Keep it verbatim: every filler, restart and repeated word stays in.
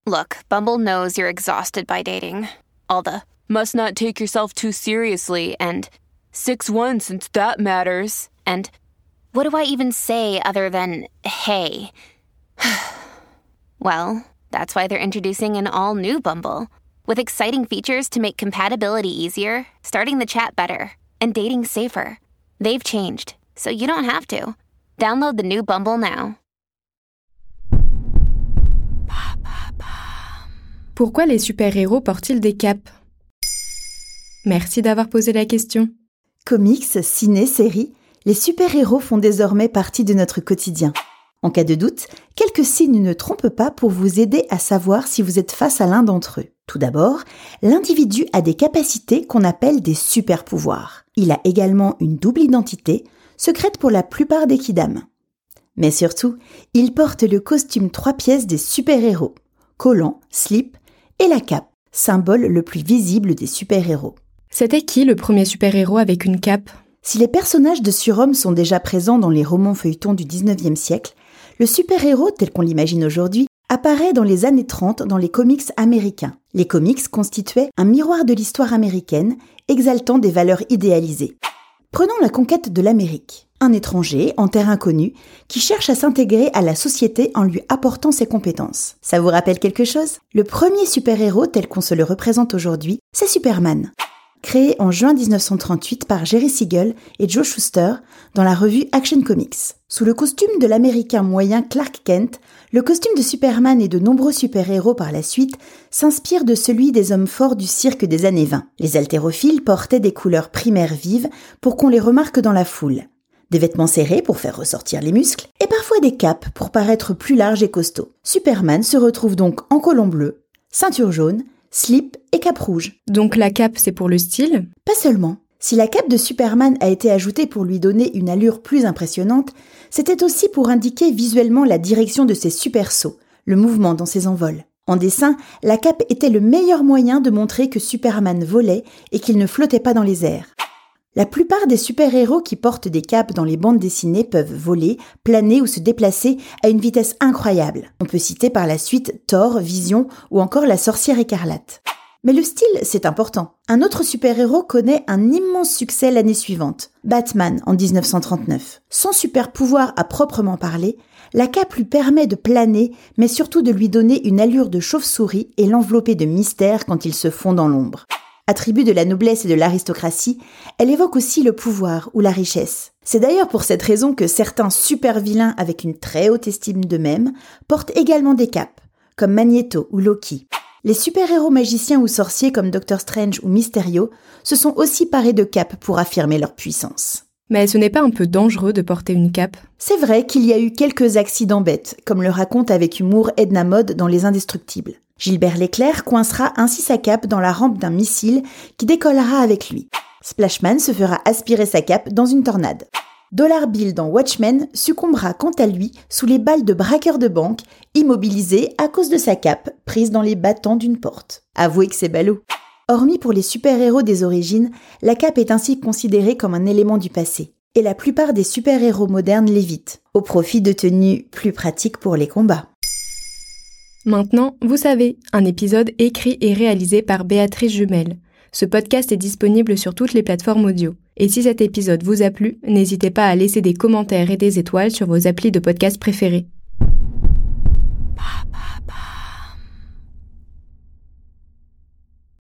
Look, Bumble knows you're exhausted by dating. All the, must not take yourself too seriously, and six one since that matters, and what do I even say other than, hey? Well, that's why they're introducing an all-new Bumble, with exciting features to make compatibility easier, starting the chat better, and dating safer. They've changed, so you don't have to. Download the new Bumble now. Pourquoi les super-héros portent-ils des capes ? Merci d'avoir posé la question. Comics, ciné, séries, les super-héros font désormais partie de notre quotidien. En cas de doute, quelques signes ne trompent pas pour vous aider à savoir si vous êtes face à l'un d'entre eux. Tout d'abord, l'individu a des capacités qu'on appelle des super-pouvoirs. Il a également une double identité, secrète pour la plupart des kidam. Mais surtout, il porte le costume trois pièces des super-héros, collant, slip et la cape, symbole le plus visible des super-héros. C'était qui le premier super-héros avec une cape ? Si les personnages de surhomme sont déjà présents dans les romans feuilletons du dix-neuvième siècle, le super-héros tel qu'on l'imagine aujourd'hui apparaît dans les années trente dans les comics américains. Les comics constituaient un miroir de l'histoire américaine, exaltant des valeurs idéalisées. Prenons la conquête de l'Amérique. Un étranger, en terre inconnue, qui cherche à s'intégrer à la société en lui apportant ses compétences. Ça vous rappelle quelque chose ? Le premier super-héros tel qu'on se le représente aujourd'hui, c'est Superman. Créé en juin dix-neuf cent trente-huit par Jerry Siegel et Joe Shuster dans la revue Action Comics. Sous le costume de l'américain moyen Clark Kent, le costume de Superman et de nombreux super-héros par la suite s'inspire de celui des hommes forts du cirque des années vingt. Les haltérophiles portaient des couleurs primaires vives pour qu'on les remarque dans la foule. Des vêtements serrés pour faire ressortir les muscles, et parfois des capes pour paraître plus larges et costauds. Superman se retrouve donc en collant bleu, ceinture jaune, slip et cape rouge. Donc la cape, c'est pour le style ? Pas seulement. Si la cape de Superman a été ajoutée pour lui donner une allure plus impressionnante, c'était aussi pour indiquer visuellement la direction de ses super sauts, le mouvement dans ses envols. En dessin, la cape était le meilleur moyen de montrer que Superman volait et qu'il ne flottait pas dans les airs. La plupart des super-héros qui portent des capes dans les bandes dessinées peuvent voler, planer ou se déplacer à une vitesse incroyable. On peut citer par la suite Thor, Vision ou encore la sorcière écarlate. Mais le style, c'est important. Un autre super-héros connaît un immense succès l'année suivante, Batman en dix-neuf cent trente-neuf. Sans super-pouvoir à proprement parler, la cape lui permet de planer, mais surtout de lui donner une allure de chauve-souris et l'envelopper de mystère quand il se fond dans l'ombre. Attribut de la noblesse et de l'aristocratie, elle évoque aussi le pouvoir ou la richesse. C'est d'ailleurs pour cette raison que certains super-vilains avec une très haute estime d'eux-mêmes portent également des capes, comme Magneto ou Loki. Les super-héros magiciens ou sorciers comme Doctor Strange ou Mysterio se sont aussi parés de capes pour affirmer leur puissance. Mais ce n'est pas un peu dangereux de porter une cape ? C'est vrai qu'il y a eu quelques accidents bêtes, comme le raconte avec humour Edna Mode dans Les Indestructibles. Gilbert Leclerc coincera ainsi sa cape dans la rampe d'un missile qui décollera avec lui. Splashman se fera aspirer sa cape dans une tornade. Dollar Bill dans Watchmen succombera quant à lui sous les balles de braqueurs de banque, immobilisé à cause de sa cape prise dans les battants d'une porte. Avouez que c'est ballot. Hormis pour les super-héros des origines, la cape est ainsi considérée comme un élément du passé. Et la plupart des super-héros modernes l'évitent, au profit de tenues plus pratiques pour les combats. Maintenant, vous savez, un épisode écrit et réalisé par Béatrice Jumel. Ce podcast est disponible sur toutes les plateformes audio. Et si cet épisode vous a plu, n'hésitez pas à laisser des commentaires et des étoiles sur vos applis de podcast préférés.